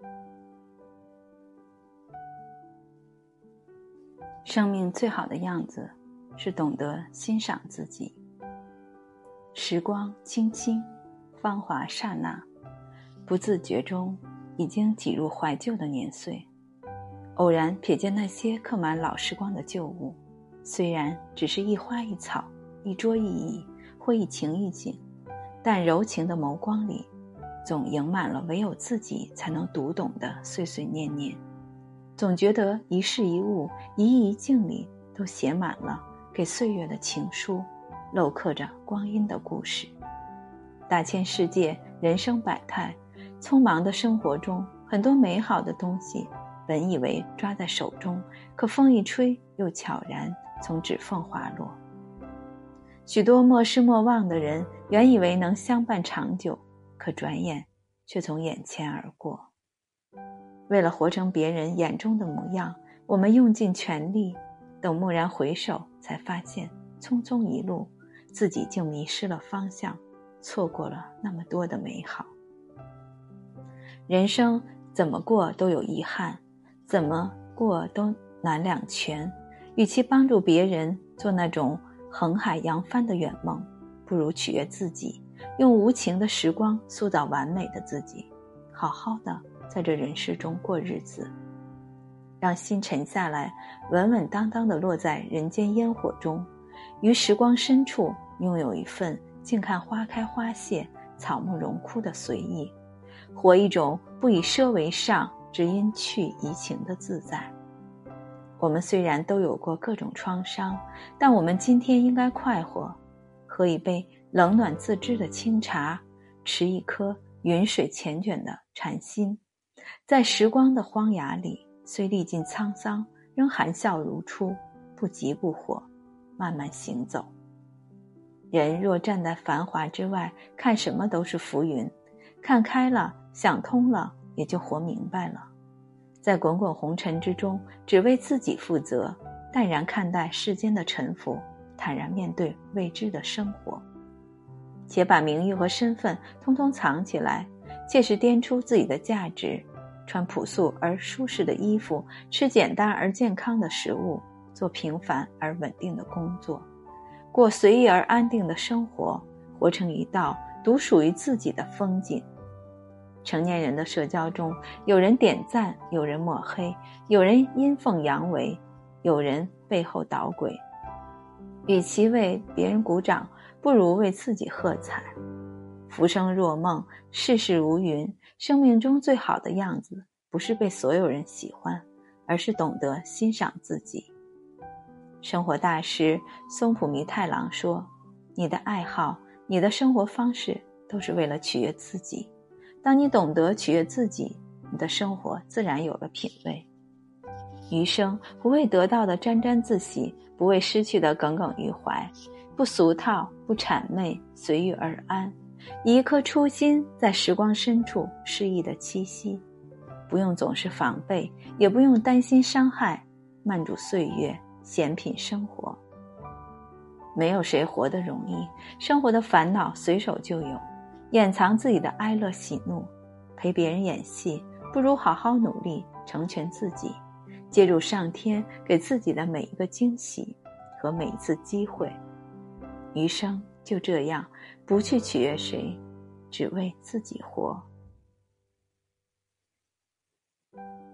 生命最好的样子是懂得欣赏自己。时光轻轻，芳华刹那，不自觉中已经挤入怀旧的年岁。偶然瞥见那些刻满老时光的旧物，虽然只是一花一草，一桌一椅，或一情一景，但柔情的眸光里总盈满了唯有自己才能读懂的碎碎念念。总觉得一事一物，一意一境里都写满了给岁月的情书，镂刻着光阴的故事。大千世界，人生百态，匆忙的生活中，很多美好的东西本以为抓在手中，可风一吹又悄然从指缝滑落。许多莫失莫忘的人，原以为能相伴长久，可转眼却从眼前而过。为了活成别人眼中的模样，我们用尽全力，等蓦然回首，才发现匆匆一路，自己竟迷失了方向，错过了那么多的美好。人生怎么过都有遗憾，怎么过都难两全。与其帮助别人做那种横海扬帆的远梦，不如取悦自己，用无情的时光塑造完美的自己，好好的在这人世中过日子，让心沉下来，稳稳当当地落在人间烟火中，于时光深处拥有一份静看花开花谢，草木荣枯的随意，活一种不以奢为上，只因去怡情的自在。我们虽然都有过各种创伤，但我们今天应该快活，喝一杯冷暖自知的清茶，持一颗云水缱绻的禅心，在时光的荒崖里，虽历尽沧桑，仍含笑如初，不急不火，慢慢行走。人若站在繁华之外，看什么都是浮云，看开了，想通了，也就活明白了。在滚滚红尘之中，只为自己负责，淡然看待世间的沉浮，坦然面对未知的生活。且把名誉和身份通通藏起来，切实掂出自己的价值，穿朴素而舒适的衣服，吃简单而健康的食物，做平凡而稳定的工作，过随意而安定的生活，活成一道独属于自己的风景。成年人的社交中，有人点赞，有人抹黑，有人阴奉阳违，有人背后捣鬼。与其为别人鼓掌，不如为自己喝彩。浮生若梦，世事如云，生命中最好的样子，不是被所有人喜欢，而是懂得欣赏自己。生活大师松浦弥太郎说，你的爱好，你的生活方式，都是为了取悦自己。当你懂得取悦自己，你的生活自然有了品味。余生不为得到的沾沾自喜，不为失去的耿耿于怀，不俗套，不谄媚，随遇而安，以一颗初心在时光深处适意的栖息，不用总是防备，也不用担心伤害，慢煮岁月，闲品生活。没有谁活得容易，生活的烦恼随手就有，掩藏自己的哀乐喜怒，陪别人演戏，不如好好努力成全自己，接住上天给自己的每一个惊喜和每一次机会。余生就这样，不去取悦谁，只为自己活。